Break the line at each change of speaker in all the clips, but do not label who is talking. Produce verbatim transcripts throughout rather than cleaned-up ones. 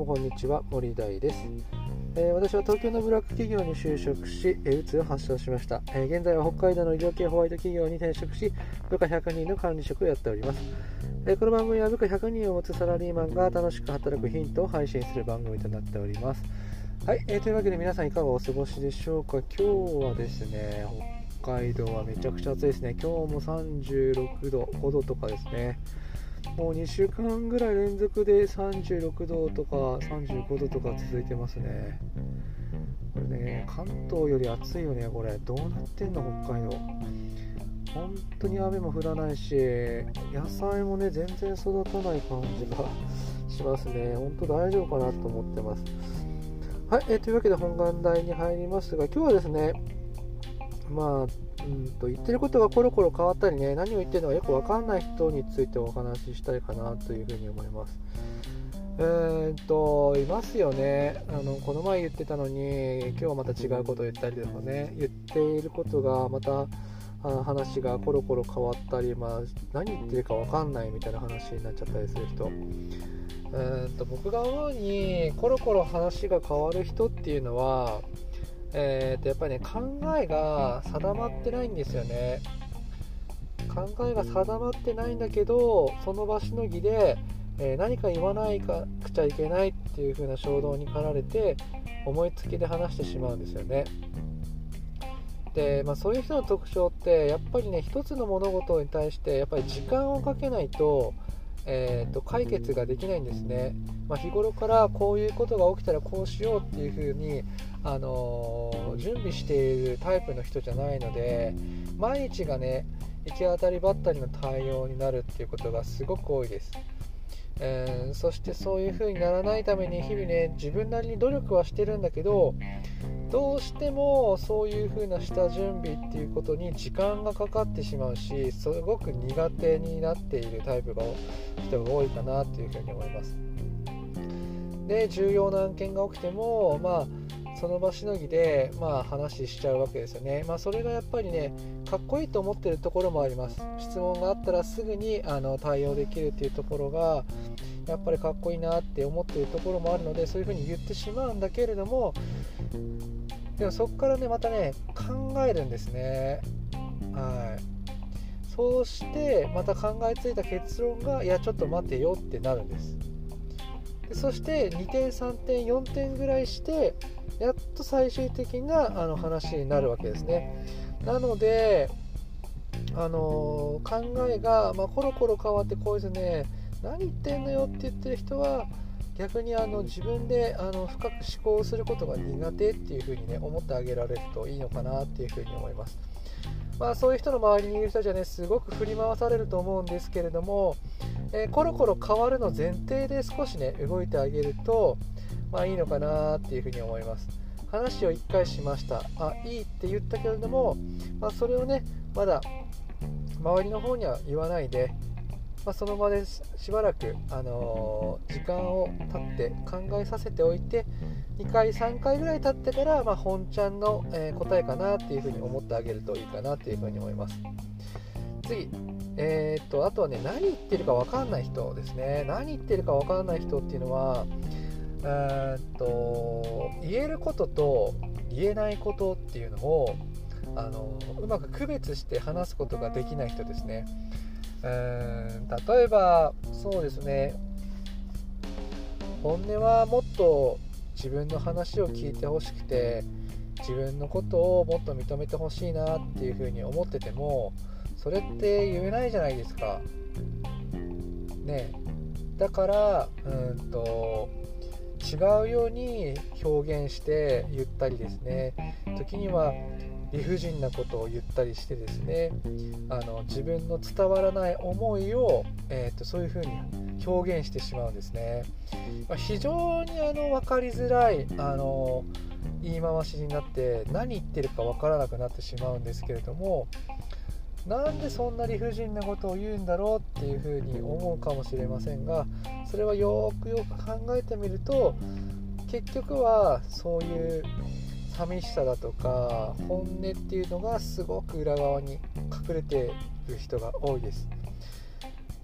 もこんにちは、森大です。えー、私は東京のブラック企業に就職し、えー、うつを発症しました。えー、現在は北海道の医療系ホワイト企業に転職し、部下ひゃくにんの管理職をやっております。えー、この番組は部下ひゃくにんを持つサラリーマンが楽しく働くヒントを配信する番組となっております。はい、えー、というわけで皆さんいかがお過ごしでしょうか。今日はですね、北海道はめちゃくちゃ暑いですね。今日もさんじゅうろくど、ごどとかですね。もうにしゅうかんぐらい連続でさんじゅうろくどとかさんじゅうごどとか続いてますね。これね、関東より暑いよね。これどうなってんの北海道。本当に雨も降らないし、野菜もね全然育たない感じがしますね。本当大丈夫かなと思ってます。はい、えー、というわけで本願題に入りますが、今日はですね、まあうんと言ってることがコロコロ変わったりね、何を言ってるのかよく分かんない人についてお話ししたいかなというふうに思います。えー、っといますよね。あのこの前言ってたのに今日はまた違うことを言ったりとかね、言っていることがまたあ話がコロコロ変わったり、まあ、何言ってるか分かんないみたいな話になっちゃったりする人、えー、っと僕が思うにコロコロ話が変わる人っていうのはえー、とやっぱりね考えが定まってないんですよね。考えが定まってないんだけど、その場しのぎで、えー、何か言わないかくちゃいけないっていう風な衝動に駆られて思いつきで話してしまうんですよね。で、まあ、そういう人の特徴ってやっぱりね、一つの物事に対してやっぱり時間をかけないとえー、と解決ができないんですね。まあ、日頃からこういうことが起きたらこうしようっていうふうに、あのー、準備しているタイプの人じゃないので、毎日がね行き当たりばったりの対応になるっていうことがすごく多いです。えー、そしてそういう風にならないために日々ね自分なりに努力はしてるんだけど、どうしてもそういう風な下準備っていうことに時間がかかってしまうし、すごく苦手になっているタイプの人が多いかなっていう風に思います。で、重要な案件が起きても、まあその場しのぎで、まあ、話しちゃうわけですよね。まあ、それがやっぱりねかっこいいと思ってるところもあります。質問があったらすぐにあの対応できるっていうところがやっぱりかっこいいなって思っているところもあるので、そういうふうに言ってしまうんだけれども、でもそこからねまたね考えるんですね。はい。そうしてまた考えついた結論が、いやちょっと待てよってなるんです。でそしてにてんさんてんよんてんぐらいしてやっと最終的なあの話になるわけですね。なのであのー、考えが、まあ、コロコロ変わって、こういうね何言ってんのよって言ってる人は逆にあの自分であの深く思考することが苦手っていう風にね思ってあげられるといいのかなっていう風に思います。まあ、そういう人の周りにいる人じゃねすごく振り回されると思うんですけれども、えー、コロコロ変わるの前提で少しね動いてあげると、まあ、いいのかなっていう風に思います。話をいっかいしました、あいいって言ったけれども、まあ、それをねまだ周りの方には言わないで、まあ、その場でしばらく、あのー、時間を経って考えさせておいて、にかいさんかいぐらい経ってから、まあ、本ちゃんの、えー、答えかなっていうふうに思ってあげるといいかなっていうふうに思います。次、えー、っとあとはね何言ってるか分かんない人ですね。何言ってるか分かんない人っていうのは、えー、っと言えることと言えないことっていうのをあのうまく区別して話すことができない人ですね。えー、例えばそうですね、本音はもっと自分の話を聞いてほしくて、自分のことをもっと認めてほしいなっていうふうに思ってても、それって言えないじゃないですかね。だからうんと違うように表現して言ったりですね、時には理不尽なことを言ったりしてですね、あの自分の伝わらない思いを、えー、とそういうふうに表現してしまうんですね。まあ、非常にあの分かりづらいあの言い回しになって何言ってるか分からなくなってしまうんですけれども、なんでそんな理不尽なことを言うんだろうっていうふうに思うかもしれませんが、それはよくよく考えてみると、結局はそういう寂しさだとか本音っていうのがすごく裏側に隠れている人が多いです。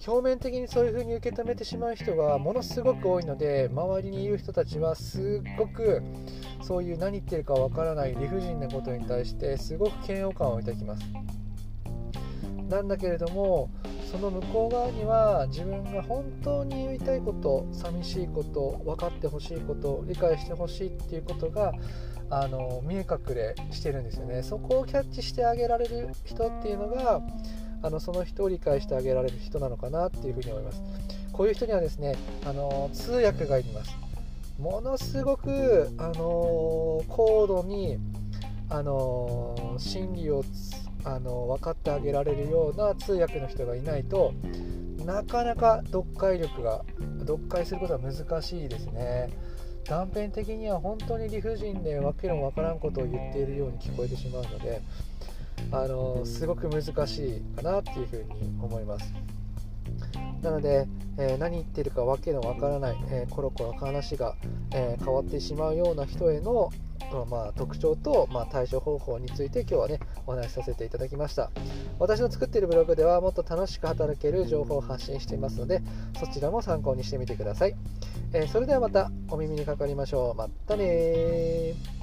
表面的にそういう風に受け止めてしまう人がものすごく多いので、周りにいる人たちはすっごくそういう何言ってるかわからない理不尽なことに対してすごく嫌悪感を抱きます。なんだけれども、その向こう側には自分が本当に言いたいこと、寂しいこと、分かってほしいこと、理解してほしいっていうことがあの見え隠れしてるんですよね。そこをキャッチしてあげられる人っていうのが、あのその人を理解してあげられる人なのかなっていうふうに思います。こういう人にはですね、あの通訳がいます。ものすごく、あの高度に、あの真理をあの分かってあげられるような通訳の人がいないと、なかなか読解力が読解することは難しいですね。断片的には本当に理不尽でわけのわからんことを言っているように聞こえてしまうので、あのすごく難しいかなっていうふうに思います。なので、えー、何言ってるかわけのわからない、えー、コロコロ話が、えー、変わってしまうような人への、まあ、特徴と、まあ、対処方法について今日はねお話しさせていただきました。私の作っているブログではもっと楽しく働ける情報を発信していますので、そちらも参考にしてみてください。えー、それではまたお耳にかかりましょう。またねー。